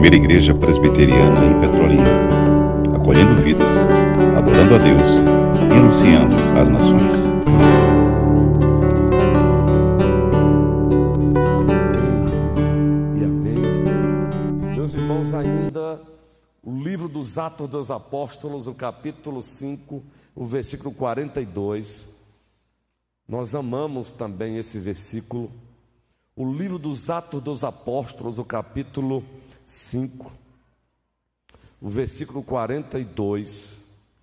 primeira igreja presbiteriana em Petrolina, acolhendo vidas, adorando a Deus e anunciando às nações. E amém. Meus irmãos, ainda o livro dos Atos dos Apóstolos, o capítulo 5, o versículo 42. Nós amamos também esse versículo. O livro dos Atos dos Apóstolos, o capítulo 5, o versículo 42.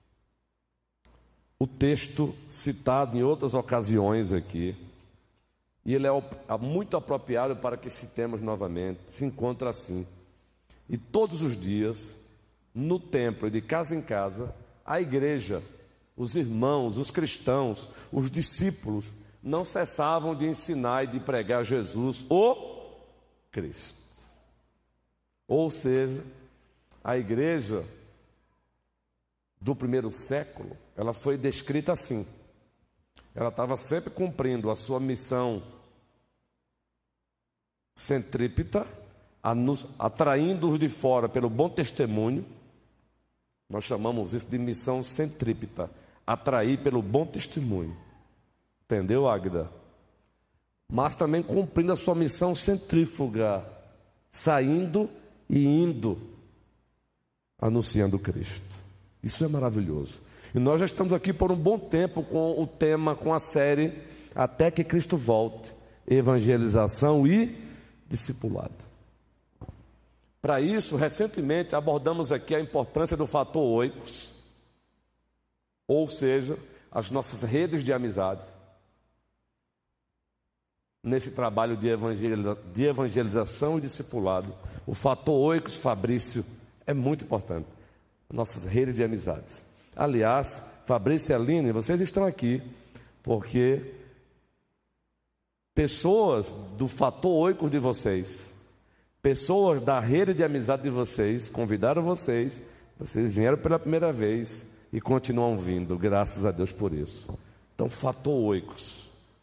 O texto citado em outras ocasiões aqui. E ele é muito apropriado para que citemos novamente. Se encontra assim: e todos os dias, no templo e de casa em casa, a igreja, os irmãos, os cristãos, os discípulos, não cessavam de ensinar e de pregar Jesus, o Cristo. Ou seja, a igreja do primeiro século, ela foi descrita assim. Ela estava sempre cumprindo a sua missão centrípeta, atraindo-os de fora pelo bom testemunho. Nós chamamos isso de missão centrípeta, atrair pelo bom testemunho. Entendeu, Águida? Mas também cumprindo a sua missão centrífuga, saindo e indo, anunciando Cristo. Isso é maravilhoso. E nós já estamos aqui por um bom tempo com o tema, com a série Até que Cristo Volte, evangelização e discipulado. Para isso, recentemente abordamos aqui a importância do fator oikos, ou seja, as nossas redes de amizade, nesse trabalho de evangelização e discipulado. O fator oikos, Fabrício, é muito importante. Nossas redes de amizades. Aliás, Fabrício e Aline, vocês estão aqui porque pessoas do fator oikos de vocês, pessoas da rede de amizade de vocês, convidaram vocês vieram pela primeira vez e continuam vindo, graças a Deus por isso. Então, fator oikos.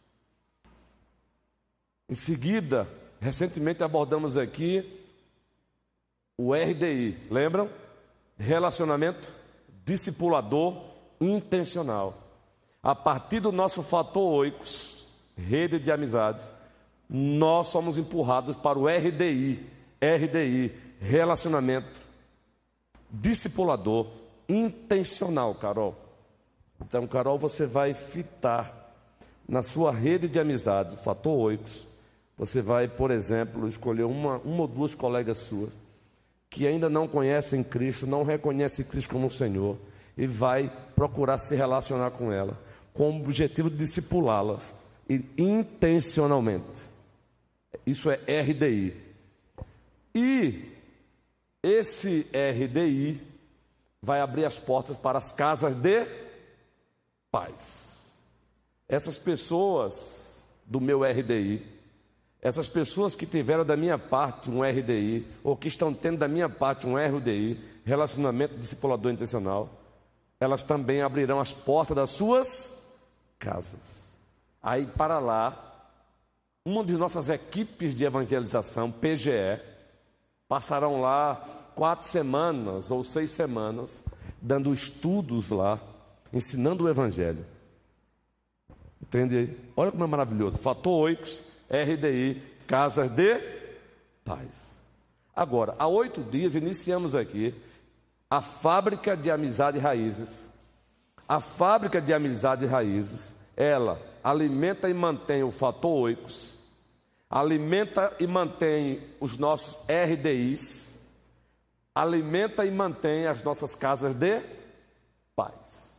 Em seguida, recentemente abordamos aqui o RDI, lembram? Relacionamento discipulador intencional. A partir do nosso fator oikos, rede de amizades, nós somos empurrados para o RDI, relacionamento discipulador intencional, Carol. Então, Carol, você vai fitar na sua rede de amizade, fator oikos. Você vai, por exemplo, escolher uma ou duas colegas suas que ainda não conhecem Cristo, não reconhecem Cristo como Senhor, e vai procurar se relacionar com ela, com o objetivo de discipulá-las, e intencionalmente. Isso é RDI. E esse RDI vai abrir as portas para as casas de paz. Essas pessoas do meu RDI, essas pessoas que tiveram da minha parte um RDI, ou que estão tendo da minha parte um RDI, relacionamento discipulador intencional, elas também abrirão as portas das suas casas. Aí para lá, uma de nossas equipes de evangelização, PGE, passarão lá 4 semanas ou 6 semanas, dando estudos lá, ensinando o Evangelho. Entende aí? Olha como é maravilhoso. Fator oikos, RDI, casas de paz. Agora, há 8 dias iniciamos aqui a fábrica de amizade e raízes. A fábrica de amizade e raízes, ela alimenta e mantém o fator oikos, alimenta e mantém os nossos RDIs, alimenta e mantém as nossas casas de paz.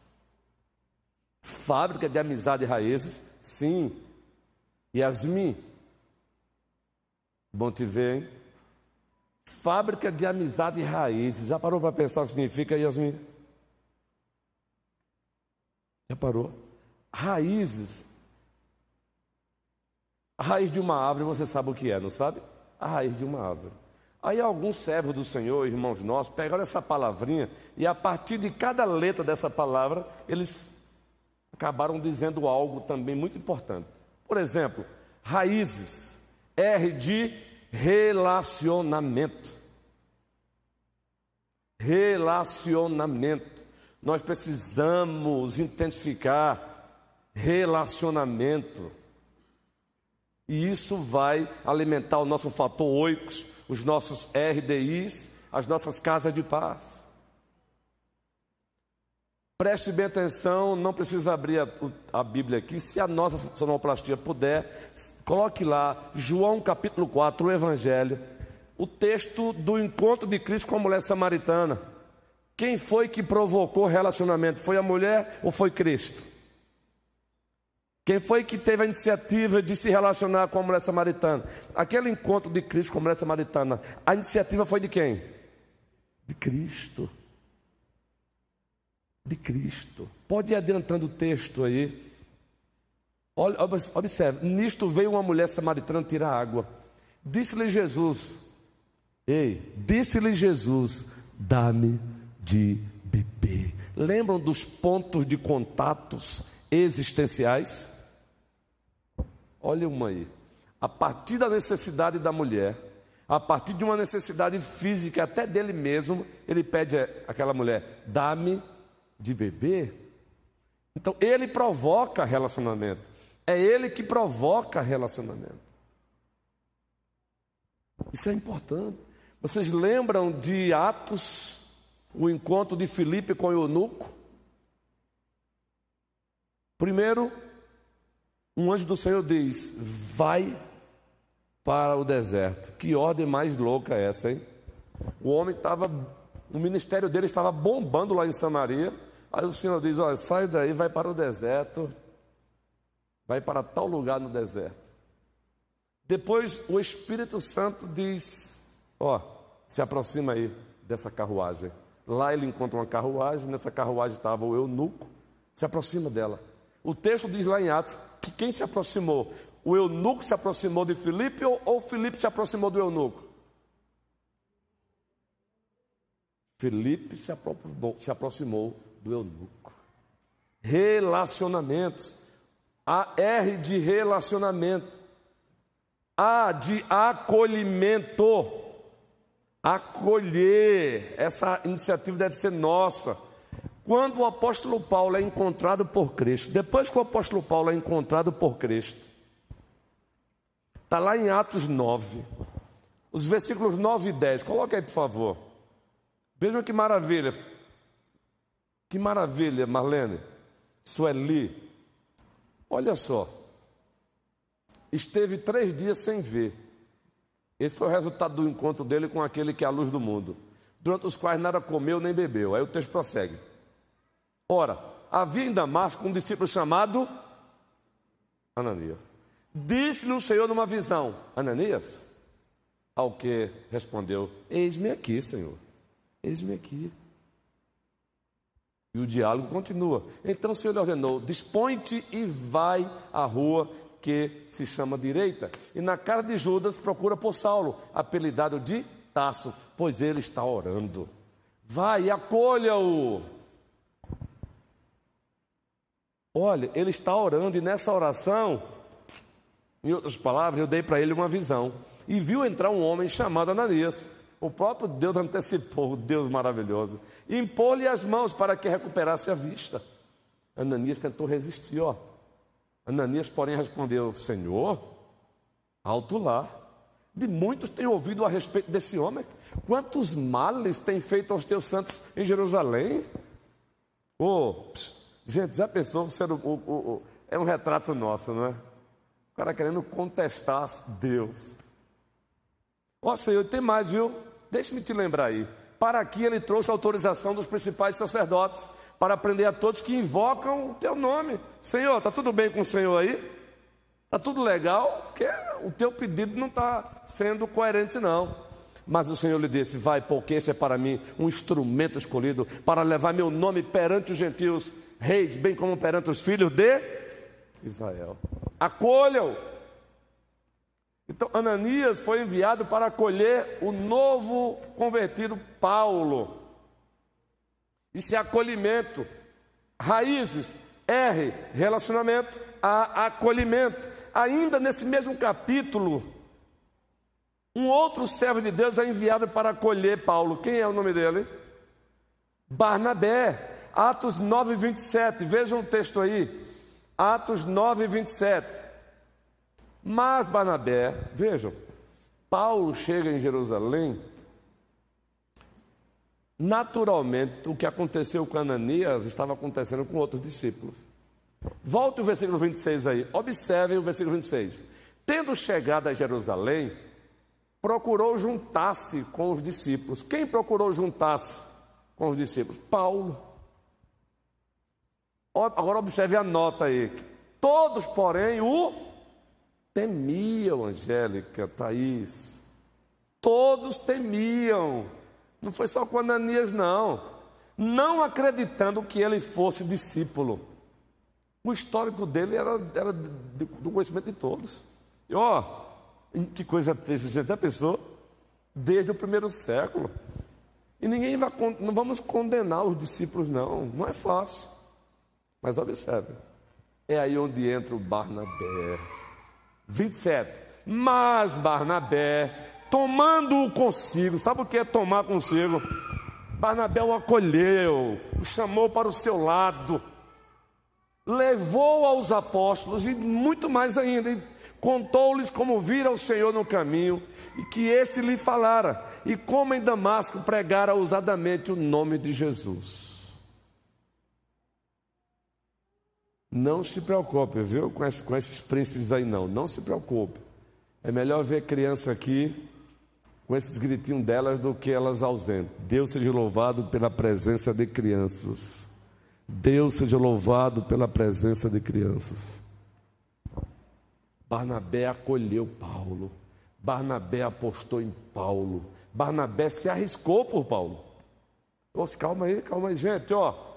Fábrica de amizade e raízes, sim. Yasmin, bom te ver, hein? Fábrica de amizade e raízes. Já parou para pensar o que significa, Yasmin? Já parou? Raízes. A raiz de uma árvore, você sabe o que é, não sabe? A raiz de uma árvore. Aí alguns servos do Senhor, irmãos nossos, pegaram essa palavrinha e a partir de cada letra dessa palavra, eles acabaram dizendo algo também muito importante. Por exemplo, raízes, R de relacionamento. Relacionamento. Nós precisamos intensificar relacionamento. E isso vai alimentar o nosso fator oicos, os nossos RDIs, as nossas casas de paz. Preste bem atenção, não precisa abrir a Bíblia aqui. Se a nossa sonoplastia puder, coloque lá, João capítulo 4, o Evangelho, o texto do encontro de Cristo com a mulher samaritana. Quem foi que provocou o relacionamento? Foi a mulher ou foi Cristo? Quem foi que teve a iniciativa de se relacionar com a mulher samaritana? Aquele encontro de Cristo com a mulher samaritana, a iniciativa foi de quem? De Cristo. De Cristo. Pode ir adiantando o texto aí. Olha, observe, nisto veio uma mulher samaritana tirar água. Disse-lhe Jesus, dá-me de beber. Lembram dos pontos de contatos existenciais? Olha uma aí. A partir da necessidade da mulher, a partir de uma necessidade física, até dele mesmo, ele pede àquela mulher, dá-me de beber. Então ele provoca relacionamento. É ele que provoca relacionamento. Isso é importante. Vocês lembram de Atos, o encontro de Filipe com o eunuco? Primeiro, um anjo do Senhor diz, vai para o deserto. Que ordem mais louca é essa, hein? O homem estava, o ministério dele estava bombando lá em Samaria. Aí o Senhor diz, olha, sai daí, vai para o deserto. Vai para tal lugar no deserto. Depois o Espírito Santo diz, se aproxima aí dessa carruagem. Lá ele encontra uma carruagem, nessa carruagem estava o eunuco, se aproxima dela. O texto diz lá em Atos que quem se aproximou? O eunuco se aproximou de Filipe ou Filipe se aproximou do eunuco? Filipe se aproximou do eunuco. Relacionamentos. A R de relacionamento. A de acolhimento. Acolher. Essa iniciativa deve ser nossa. Quando o apóstolo Paulo é encontrado por Cristo, depois que o apóstolo Paulo é encontrado por Cristo, está lá em Atos 9, os versículos 9 e 10, coloca aí por favor. Vejam que maravilha. Que maravilha, Marlene, Sueli. Olha só. Esteve 3 dias sem ver. Esse foi o resultado do encontro dele com aquele que é a luz do mundo, durante os quais nada comeu nem bebeu. Aí o texto prossegue. Ora, havia em Damasco um discípulo chamado Ananias. Disse-lhe o Senhor numa visão, Ananias? Ao que respondeu, eis-me aqui, Senhor, eis-me aqui. E o diálogo continua. Então o Senhor lhe ordenou, dispõe-te e vai à rua que se chama direita, e na casa de Judas procura por Saulo, apelidado de Tarso, pois ele está orando. Vai e acolha-o. Olha, ele está orando, e nessa oração, em outras palavras, eu dei para ele uma visão, e viu entrar um homem chamado Ananias. O próprio Deus antecipou, o Deus maravilhoso, e impôs-lhe as mãos para que recuperasse a vista. Ananias tentou resistir, Ananias, porém, respondeu, Senhor, alto lá, de muitos tenho ouvido a respeito desse homem, quantos males tem feito aos teus santos em Jerusalém? Gente, já pensou, é um retrato nosso, não é? O cara querendo contestar Deus. Senhor, tem mais, viu? Deixa-me te lembrar aí. Para aqui ele trouxe a autorização dos principais sacerdotes, para prender a todos que invocam o teu nome. Senhor, está tudo bem com o Senhor aí? Está tudo legal? Porque o teu pedido não está sendo coerente não. Mas o Senhor lhe disse, vai, porque esse é para mim um instrumento escolhido para levar meu nome perante os gentios, reis, bem como perante os filhos de Israel. Acolham. Então Ananias foi enviado para acolher o novo convertido Paulo. Isso é acolhimento. Raízes, R, relacionamento, A, acolhimento. Ainda nesse mesmo capítulo, um outro servo de Deus é enviado para acolher Paulo. Quem é o nome dele? Barnabé. Atos 9, 27, vejam o texto aí, Atos 9, 27. Mas Barnabé, vejam, Paulo chega em Jerusalém, naturalmente o que aconteceu com Ananias estava acontecendo com outros discípulos. Volte o versículo 26 aí, observem o versículo 26. Tendo chegado a Jerusalém, procurou juntar-se com os discípulos. Quem procurou juntar-se com os discípulos? Paulo. Agora observe a nota aí. Todos, porém, o temiam, Angélica, Thaís. Todos temiam. Não foi só com Ananias, não. Não acreditando que ele fosse discípulo. O histórico dele era do conhecimento de todos. E que coisa triste, gente. Já pensou? Desde o primeiro século. E não vamos condenar os discípulos, não. Não é fácil. Mas observe, é aí onde entra o Barnabé. 27. Mas Barnabé, tomando-o consigo, sabe o que é tomar consigo? Barnabé o acolheu, o chamou para o seu lado, levou aos apóstolos e muito mais ainda, e contou-lhes como vira o Senhor no caminho e que este lhe falara, e como em Damasco pregara ousadamente o nome de Jesus. Não se preocupe, viu, com esses príncipes aí não se preocupe. É melhor ver criança aqui com esses gritinhos delas do que elas ausentes. Deus seja louvado pela presença de crianças. Deus seja louvado pela presença de crianças. Barnabé acolheu Paulo. Barnabé apostou em Paulo. Barnabé se arriscou por Paulo. Calma aí, gente,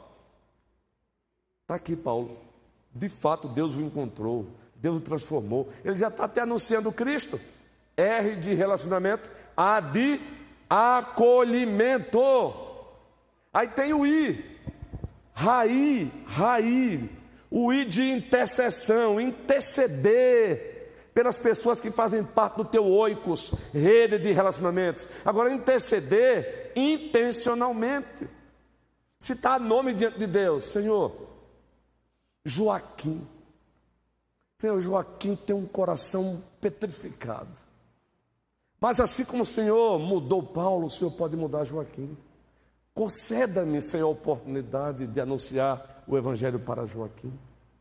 está aqui Paulo. De fato, Deus o encontrou, Deus o transformou. Ele já está até anunciando Cristo. R de relacionamento, A de acolhimento. Aí tem o I, Raí, o I de intercessão, interceder pelas pessoas que fazem parte do teu oikos, rede de relacionamentos. Agora, interceder intencionalmente. Citar nome diante de Deus. Senhor, Joaquim. Senhor, Joaquim tem um coração petrificado. Mas assim como o Senhor mudou Paulo, o Senhor pode mudar Joaquim. Conceda-me, Senhor, a oportunidade de anunciar o Evangelho para Joaquim.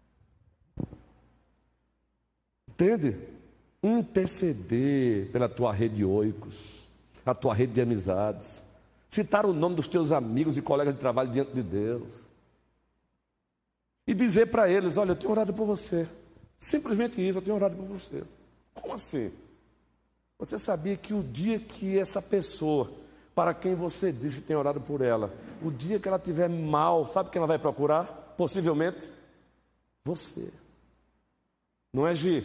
Entende? Interceder pela tua rede de oikos, a tua rede de amizades. Citar o nome dos teus amigos e colegas de trabalho diante de Deus. E dizer para eles, olha, eu tenho orado por você. Simplesmente isso, eu tenho orado por você. Como assim? Você sabia que o dia que essa pessoa, para quem você diz que tem orado por ela, o dia que ela estiver mal, sabe quem ela vai procurar? Possivelmente, você. Não é Gi?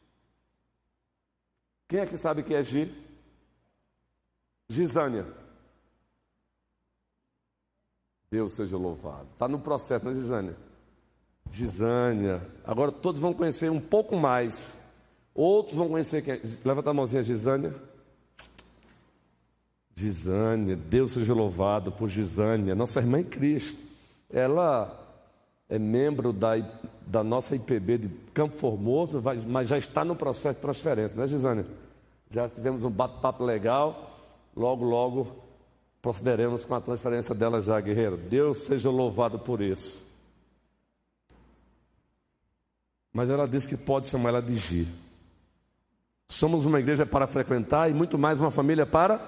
Quem é que sabe que é Gi? Gisânia. Deus seja louvado. Está no processo, não é, Gisânia? Gisânia. Agora todos vão conhecer um pouco mais. Outros vão conhecer quem é. Levanta a mãozinha, Gisânia. Gisânia, Deus seja louvado por Gisânia, nossa irmã em Cristo. Ela é membro da nossa IPB de Campo Formoso, mas já está no processo de transferência, né, Gisânia? Já tivemos um bate-papo legal. Logo procederemos com a transferência dela já, guerreiro. Deus seja louvado por isso. Mas ela disse que pode chamar ela de Gi. Somos uma igreja para frequentar e muito mais uma família para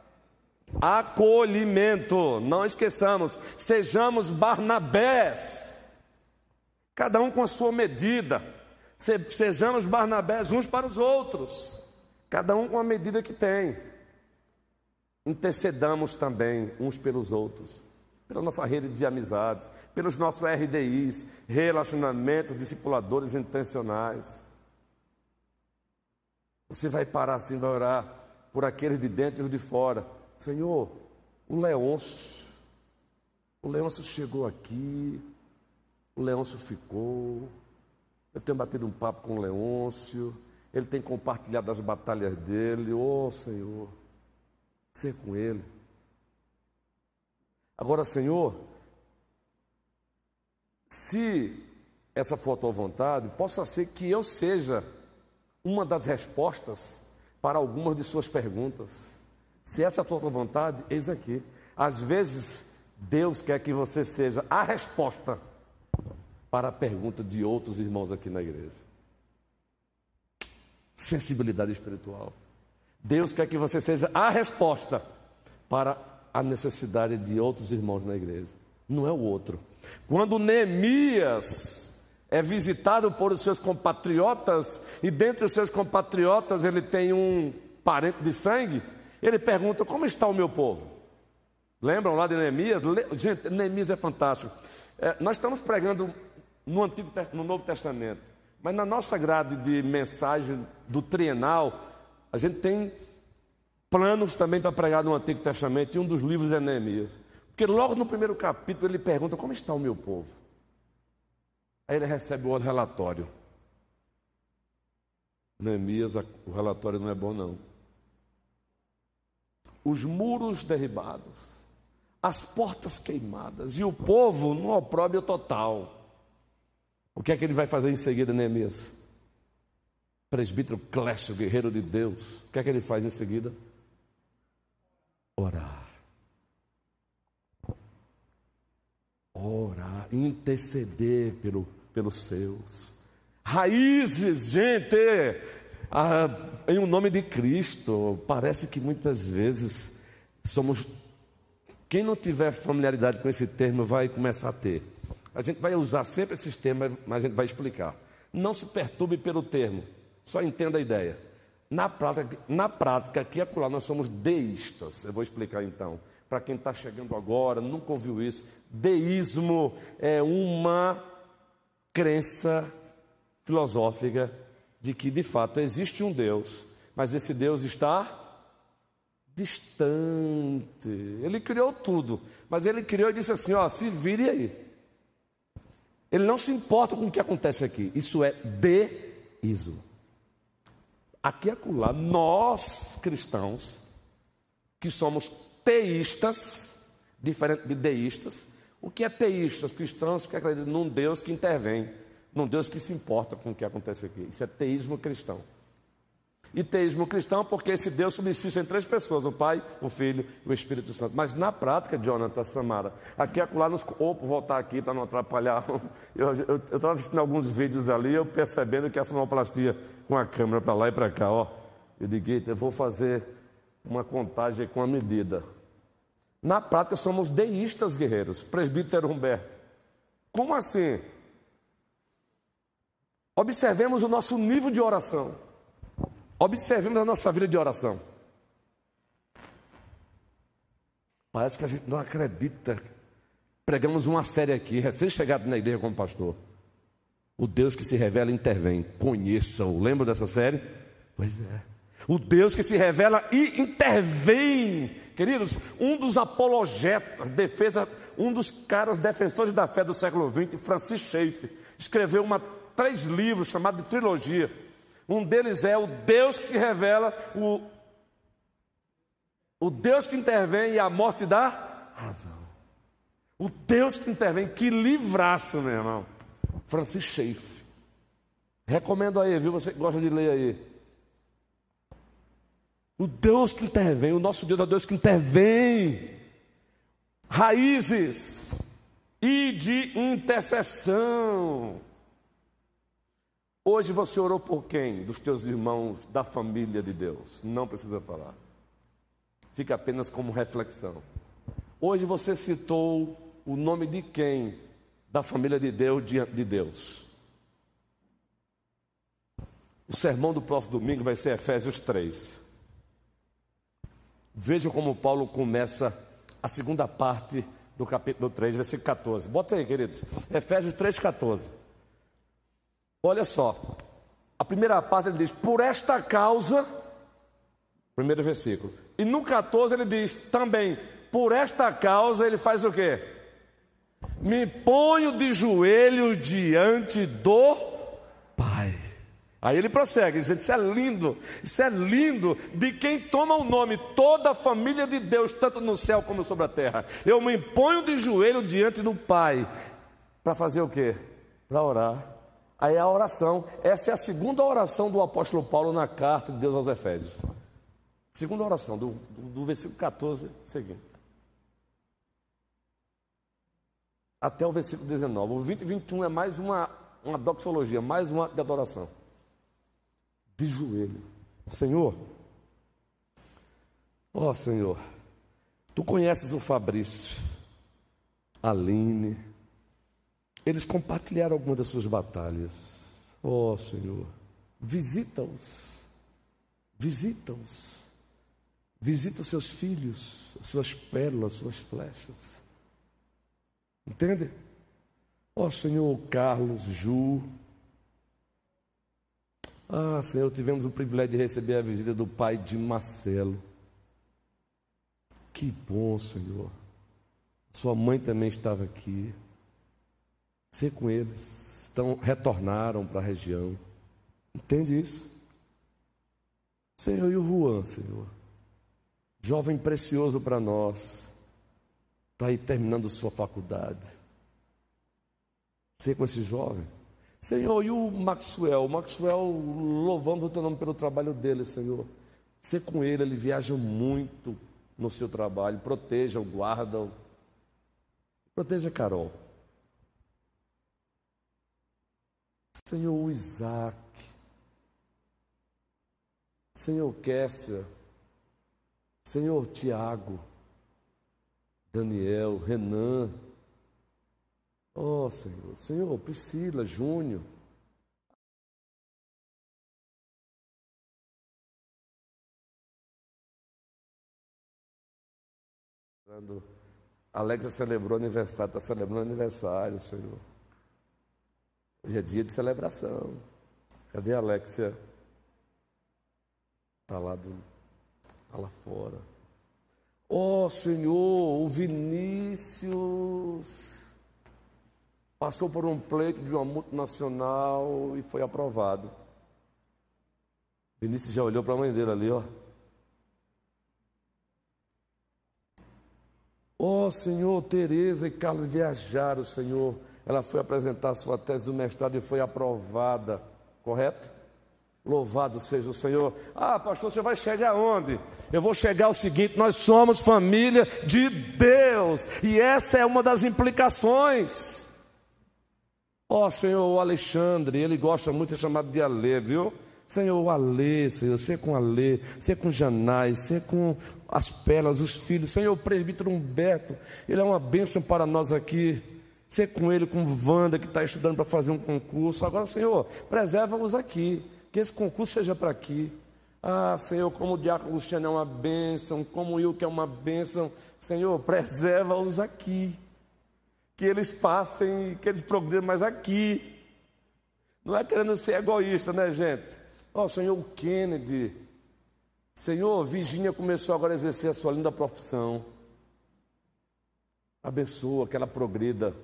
acolhimento. Não esqueçamos, sejamos Barnabés, cada um com a sua medida. Sejamos Barnabés uns para os outros, cada um com a medida que tem. Intercedamos também uns pelos outros, pela nossa rede de amizades, pelos nossos RDIs, relacionamentos discipuladores intencionais. Você vai parar assim, vai orar por aqueles de dentro e os de fora. Senhor, o Leôncio chegou aqui, o Leôncio ficou, eu tenho batido um papo com o Leôncio, ele tem compartilhado as batalhas dele. Senhor, ser com ele. Agora, Senhor, se essa for a tua vontade, possa ser que eu seja uma das respostas para algumas de suas perguntas. Se essa é a tua vontade, eis aqui. Às vezes, Deus quer que você seja a resposta para a pergunta de outros irmãos aqui na igreja. Sensibilidade espiritual. Deus quer que você seja a resposta para a necessidade de outros irmãos na igreja. Não é o outro. Quando Neemias é visitado por os seus compatriotas, e dentre os seus compatriotas ele tem um parente de sangue, ele pergunta: como está o meu povo? Lembram lá de Neemias? Gente, Neemias é fantástico. Nós estamos pregando no Novo Testamento, mas na nossa grade de mensagem do trienal, a gente tem planos também para pregar no Antigo Testamento, e um dos livros é Neemias. Porque logo no primeiro capítulo ele pergunta: como está o meu povo? Aí ele recebe o outro relatório. Neemias, o relatório não é bom não. Os muros derribados, as portas queimadas, e o povo no opróbrio total. O que é que ele vai fazer em seguida, Neemias? Presbítero Clécio, guerreiro de Deus, o que é que ele faz em seguida? Orar. Orar, interceder pelos seus. Raízes, gente, em o nome de Cristo. Parece que muitas vezes somos... Quem não tiver familiaridade com esse termo vai começar a ter. A gente vai usar sempre esses termos, mas a gente vai explicar. Não se perturbe pelo termo, só entenda a ideia. Na prática, aqui e acolá, nós somos deístas. Eu vou explicar então. Para quem está chegando agora, nunca ouviu isso. Deísmo é uma crença filosófica de que, de fato, existe um Deus, mas esse Deus está distante. Ele criou tudo, mas ele criou e disse assim: ó, se vire aí. Ele não se importa com o que acontece aqui. Isso é deísmo. Aqui e acolá, nós cristãos, que somos teístas, diferente de deístas. O que é teístas? Cristãos que acreditam num Deus que intervém, num Deus que se importa com o que acontece aqui. Isso é teísmo cristão. E teísmo cristão porque esse Deus subsiste em 3 pessoas: o Pai, o Filho e o Espírito Santo. Mas na prática, Jonathan, Samara, aqui e acolá, vou voltar aqui para não atrapalhar. Eu estava assistindo alguns vídeos ali, eu percebendo que a sonoplastia com a câmera para lá e para cá, ó. Eu digo: eu vou fazer uma contagem com a medida. Na prática somos deístas, guerreiros. Presbítero Humberto, como assim? Observemos o nosso nível de oração. Observemos a nossa vida de oração. Parece que a gente não acredita. Pregamos uma série aqui, recém-chegado na igreja como pastor. O Deus que se revela intervém. Conheça-o. Lembra dessa série? Pois é. O Deus que se revela e intervém. Queridos, um dos apologetas, um dos caras defensores da fé do século XX, Francis Schaeffer, escreveu 3 livros chamados de trilogia. Um deles é o Deus que se revela, o Deus que intervém e a morte da razão. O Deus que intervém, que livraço, meu irmão. Francis Schaeffer. Recomendo aí, viu? Você que gosta de ler aí. O Deus que intervém, o nosso Deus é o Deus que intervem. Raízes e de intercessão. Hoje você orou por quem? Dos teus irmãos da família de Deus? Não precisa falar. Fica apenas como reflexão. Hoje você citou o nome de quem? Da família de Deus diante de Deus. O sermão do próximo domingo vai ser Efésios 3. Vejam como Paulo começa a segunda parte do capítulo 3, versículo 14. Bota aí, queridos. Efésios 3, 14. Olha só. A primeira parte ele diz: por esta causa, primeiro versículo. E no 14 ele diz também: por esta causa ele faz o quê? Me ponho de joelhos diante do Pai. Aí ele prossegue, dizendo, isso é lindo, de quem toma o nome, toda a família de Deus, tanto no céu como sobre a terra. Eu me imponho de joelho diante do Pai, para fazer o quê? Para orar. Aí a oração, essa é a segunda oração do apóstolo Paulo na carta de Deus aos Efésios. Segunda oração, do versículo 14 seguinte. Até o versículo 19. O 20 e 21 é mais uma doxologia, mais uma de adoração. De joelho. Senhor, ó Senhor, Tu conheces o Fabrício, a Aline, eles compartilharam algumas das suas batalhas. Ó Senhor, visita-os, visita os seus filhos, suas pérolas, suas flechas. Entende? Ó Senhor, Carlos, Ju. Ah, Senhor, tivemos o privilégio de receber a visita do pai de Marcelo. Que bom, Senhor. Sua mãe também estava aqui. Sei com eles. Retornaram para a região. Entende isso? Senhor, e o Juan, Senhor? Jovem precioso para nós. Está aí terminando sua faculdade. Sei com esse jovem. Senhor, e o Maxwell? O Maxwell, louvamos o Teu nome pelo trabalho dele, Senhor. Sei com ele viaja muito no seu trabalho. Proteja-o, guarda-o. Proteja a Carol. Senhor, o Isaac. Senhor, Kessia. Senhor, Tiago. Daniel, Renan. Oh, Senhor. Senhor, Priscila, Júnior. Alexa celebrou aniversário, está celebrando aniversário, Senhor. Hoje é dia de celebração. Cadê a Alexia? Está lá fora. Oh, Senhor, o Vinícius passou por um pleito de uma multinacional e foi aprovado. Vinícius já olhou para a mãe dele ali, ó. Oh, Senhor, Tereza e Carlos viajaram, Senhor. Ela foi apresentar a sua tese do mestrado e foi aprovada, correto? Louvado seja o Senhor. Ah, pastor, você vai chegar onde? Eu vou chegar ao seguinte: nós somos família de Deus, e essa é uma das implicações. Ó Senhor, o Alexandre, ele gosta muito de ser chamado de Alê, viu? Senhor, o Alê, Senhor, ser com Alê, ser com Janai, ser com as pérolas, os filhos. Senhor, o presbítero Humberto, ele é uma bênção para nós aqui. Ser com ele, com Wanda, que está estudando para fazer um concurso. Agora, Senhor, preserva-os aqui, que esse concurso seja para aqui. Ah, Senhor, como o diácono Luciano é uma bênção, como eu que é uma bênção. Senhor, preserva-os aqui. Que eles passem, que eles progridem mais aqui. Não é querendo ser egoísta, né, gente? Ó, Senhor, o Kennedy. Senhor, Virgínia começou agora a exercer a sua linda profissão. Abençoa, que ela progrida.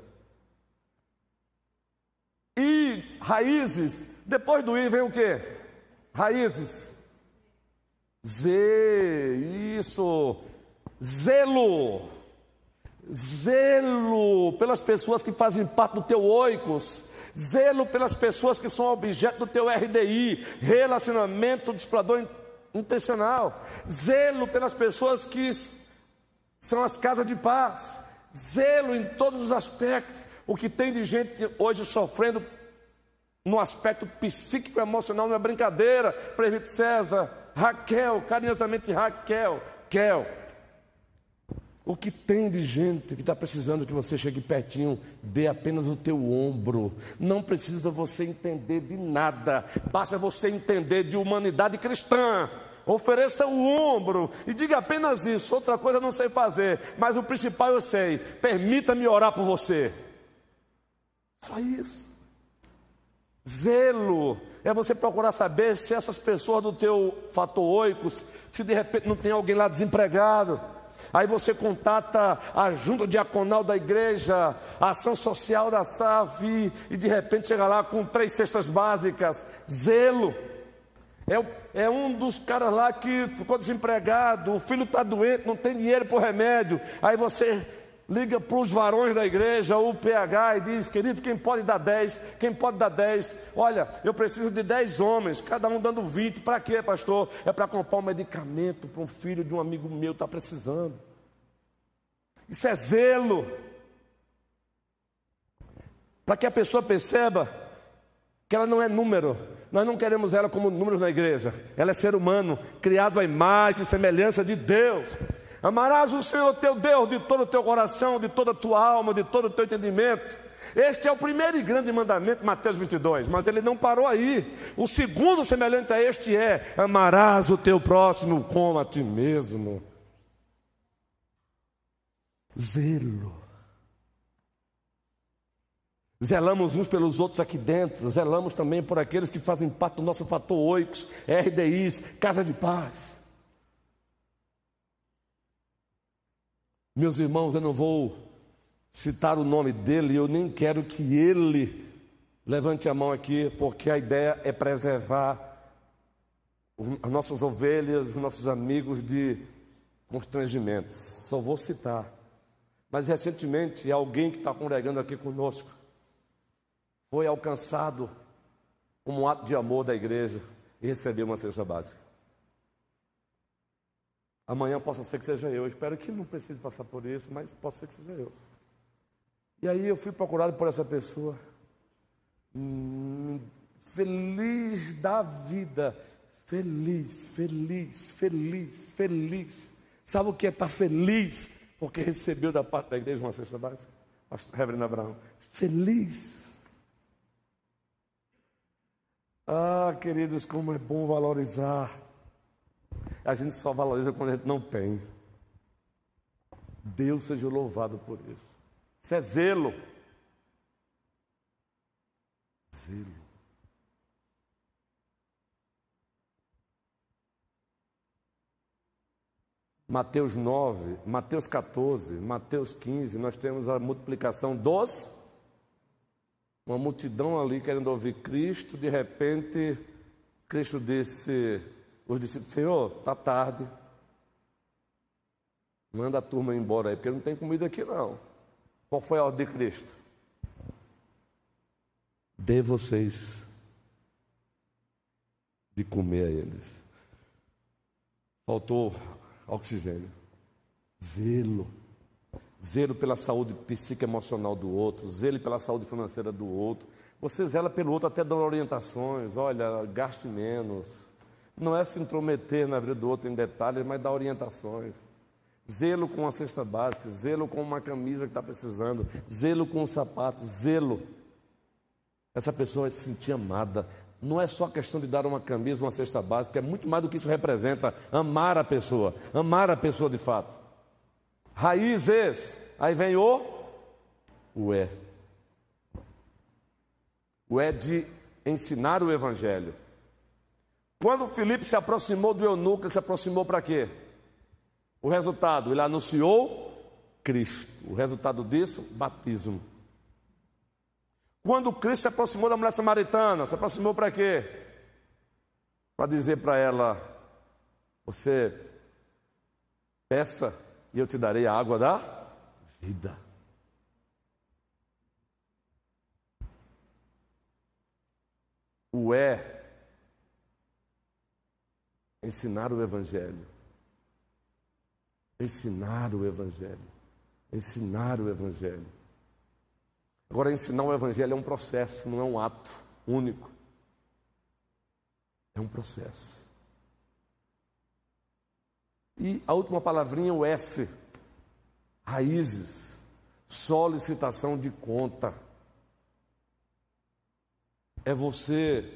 E raízes, depois do I vem o quê? Raízes. Isso. Zelo. Zelo pelas pessoas que fazem parte do teu oikos. Zelo pelas pessoas que são objeto do teu RDI, relacionamento de explorador intencional. Zelo pelas pessoas que são as casas de paz. Zelo em todos os aspectos. O que tem de gente hoje sofrendo no aspecto psíquico e emocional não é brincadeira. Presbítero César, Raquel, carinhosamente Raquel, o que tem de gente que está precisando que você chegue pertinho, dê apenas o teu ombro. Não precisa você entender de nada, basta você entender de humanidade cristã. Ofereça o ombro e diga apenas isso. Outra coisa eu não sei fazer, mas o principal eu sei. Permita-me orar por você. Só isso. Zelo é você procurar saber se essas pessoas do teu fator oikos, se de repente não tem alguém lá desempregado. Aí você contata a junta diaconal da igreja, a ação social da SAV, e de repente chega lá com 3 cestas básicas. Zelo. É um dos caras lá que ficou desempregado, o filho está doente, não tem dinheiro para o remédio. Aí você liga para os varões da igreja, o PH, e diz: querido, quem pode dar 10? Quem pode dar 10? Olha, eu preciso de 10 homens, cada um dando 20. Para quê, pastor? É para comprar um medicamento para um filho de um amigo meu, está precisando. Isso é zelo. Para que a pessoa perceba que ela não é número. Nós não queremos ela como números na igreja. Ela é ser humano, criado à imagem e semelhança de Deus. Amarás o Senhor teu Deus de todo o teu coração, de toda a tua alma, de todo o teu entendimento. Este é o primeiro e grande mandamento, Mateus 22. Mas ele não parou aí. O segundo semelhante a este é: amarás o teu próximo como a ti mesmo. Zelo. Zelamos uns pelos outros aqui dentro. Zelamos também por aqueles que fazem parte do nosso fator oicos, RDIs, Casa de Paz. Meus irmãos, eu não vou citar o nome dele, eu nem quero que ele levante a mão aqui, porque a ideia é preservar as nossas ovelhas, os nossos amigos de constrangimentos. Só vou citar. Mas recentemente, alguém que está congregando aqui conosco foi alcançado como um ato de amor da igreja e recebeu uma cesta básica. Amanhã possa ser que seja eu. Espero que não precise passar por isso, mas pode ser que seja eu. E aí eu fui procurado por essa pessoa, feliz da vida, feliz. Sabe o que é estar feliz? Porque recebeu da parte da igreja uma cesta básica. Reverendo Abraão, feliz. Ah, queridos, como é bom valorizar. A gente só valoriza quando a gente não tem. Deus seja louvado por isso. Isso é zelo. Zelo. Mateus 9, Mateus 14, Mateus 15, nós temos a multiplicação dos... Uma multidão ali querendo ouvir Cristo. De repente, Cristo disse, os discípulos: Senhor, está tarde, manda a turma embora aí, porque não tem comida aqui não. Qual foi a ordem de Cristo? Dê vocês de comer a eles. Faltou oxigênio. Zelo pela saúde psicoemocional do outro, zelo pela saúde financeira do outro. Você zela pelo outro até dando orientações: olha, gaste menos. Não é se intrometer na vida do outro em detalhes, mas dar orientações. Zelo com a cesta básica, zelo com uma camisa que está precisando, zelo com um sapato, zelo. Essa pessoa vai se sentir amada. Não é só questão de dar uma camisa, uma cesta básica, é muito mais do que isso representa. Amar a pessoa de fato. Raízes, aí vem o é. O é de ensinar o evangelho. Quando Filipe se aproximou do eunuco, ele se aproximou para quê? O resultado, ele anunciou Cristo. O resultado disso, batismo. Quando Cristo se aproximou da mulher samaritana, se aproximou para quê? Para dizer para ela: você peça e eu te darei a água da vida. O é ensinar o evangelho. Ensinar o evangelho. Ensinar o evangelho. Agora, ensinar o evangelho é um processo, não é um ato único. É um processo. E a última palavrinha, o S. Raízes. Solicitação de conta. É você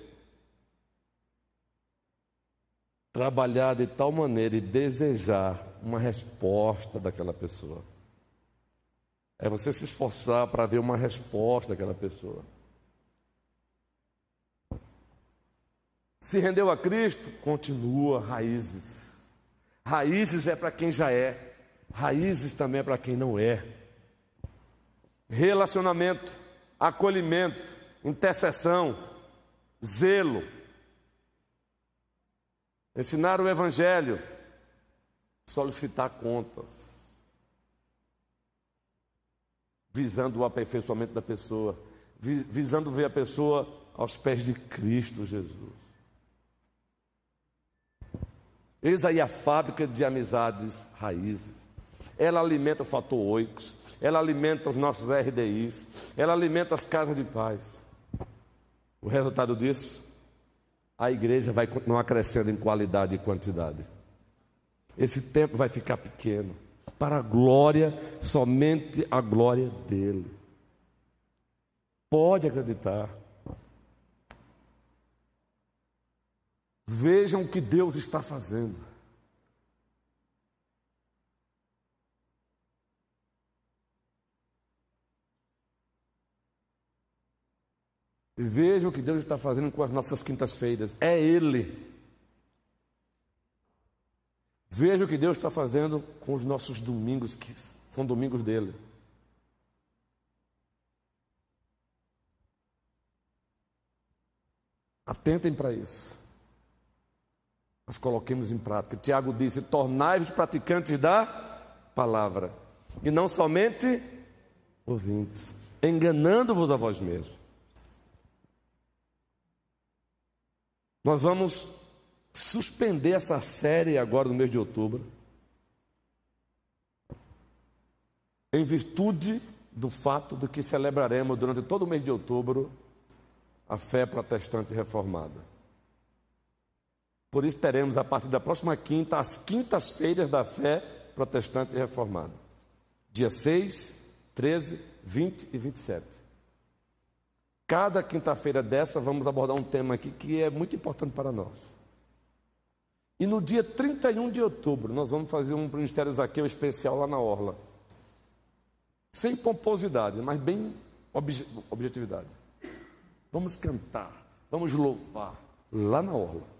trabalhar de tal maneira e desejar uma resposta daquela pessoa. É você se esforçar para ver uma resposta daquela pessoa. Se rendeu a Cristo, continua. Raízes. Raízes é para quem já é. Raízes também é para quem não é. Relacionamento, acolhimento, intercessão, zelo, Ensinar o Evangelho, solicitar contas, visando o aperfeiçoamento da pessoa, visando ver a pessoa aos pés de Cristo Jesus. Eis aí a fábrica de amizades raízes. Ela alimenta o fator oicos, ela alimenta os nossos RDIs, ela alimenta as casas de paz. O resultado disso, a igreja vai continuar crescendo em qualidade e quantidade. Esse tempo vai ficar pequeno, para a glória, somente a glória dele. Pode acreditar. Vejam o que Deus está fazendo. Vejam o que Deus está fazendo com as nossas quintas-feiras. É Ele. Vejam o que Deus está fazendo com os nossos domingos, que são domingos dele. Atentem para isso. Nós coloquemos em prática. Tiago disse: tornai-vos praticantes da palavra, e não somente ouvintes, enganando-vos a vós mesmos. Nós vamos suspender essa série agora no mês de outubro, em virtude do fato de que celebraremos durante todo o mês de outubro a fé protestante reformada. Por isso teremos a partir da próxima quinta, as quintas-feiras da fé protestante reformada. Dia 6, 13, 20 e 27. Cada quinta-feira dessa vamos abordar um tema aqui que é muito importante para nós. E no dia 31 de outubro nós vamos fazer um Ministério Zaqueu especial lá na Orla. Sem pomposidade, mas bem objetividade. Vamos cantar, vamos louvar lá na Orla.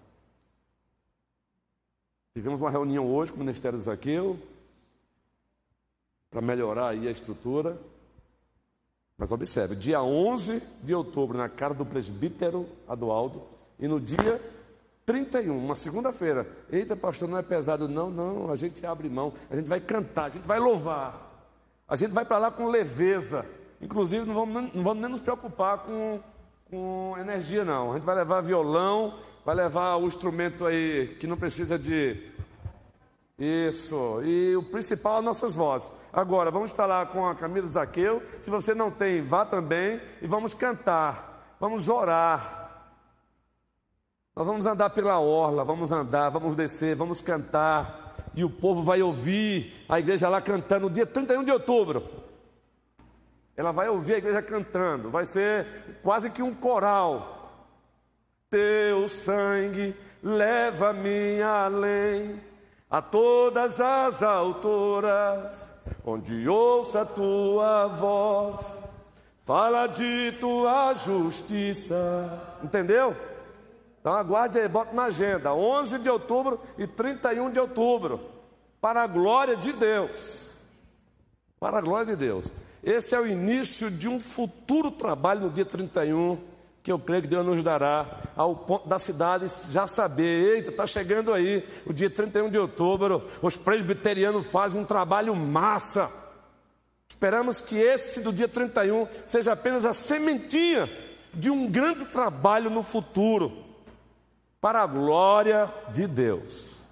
Tivemos uma reunião hoje com o Ministério Zaqueu para melhorar aí a estrutura. Mas observe, dia 11 de outubro, na casa do presbítero Adualdo, e no dia 31, uma segunda-feira. Eita, pastor, não é pesado? Não, a gente abre mão, a gente vai cantar, a gente vai louvar, a gente vai para lá com leveza. Inclusive, não vamos nem nos preocupar com energia, não. A gente vai levar violão, vai levar o instrumento aí que não precisa de... Isso, e o principal, as nossas vozes. Agora, vamos estar lá com a camisa do Zaqueu. Se você não tem, vá também. E vamos cantar, vamos orar. Nós vamos andar pela orla, vamos andar, vamos descer, vamos cantar. E o povo vai ouvir a igreja lá cantando no dia 31 de outubro. Ela vai ouvir a igreja cantando. Vai ser quase que um coral. Teu sangue leva-me além, a todas as alturas, onde ouça a tua voz, fala de tua justiça. Entendeu? Então aguarde aí, bota na agenda, 11 de outubro e 31 de outubro, para a glória de Deus. Para a glória de Deus. Esse é o início de um futuro trabalho no dia 31, que eu creio que Deus nos dará, ao ponto da cidade já saber: eita, está chegando aí o dia 31 de outubro, os presbiterianos fazem um trabalho massa. Esperamos que esse do dia 31 seja apenas a sementinha de um grande trabalho no futuro, para a glória de Deus.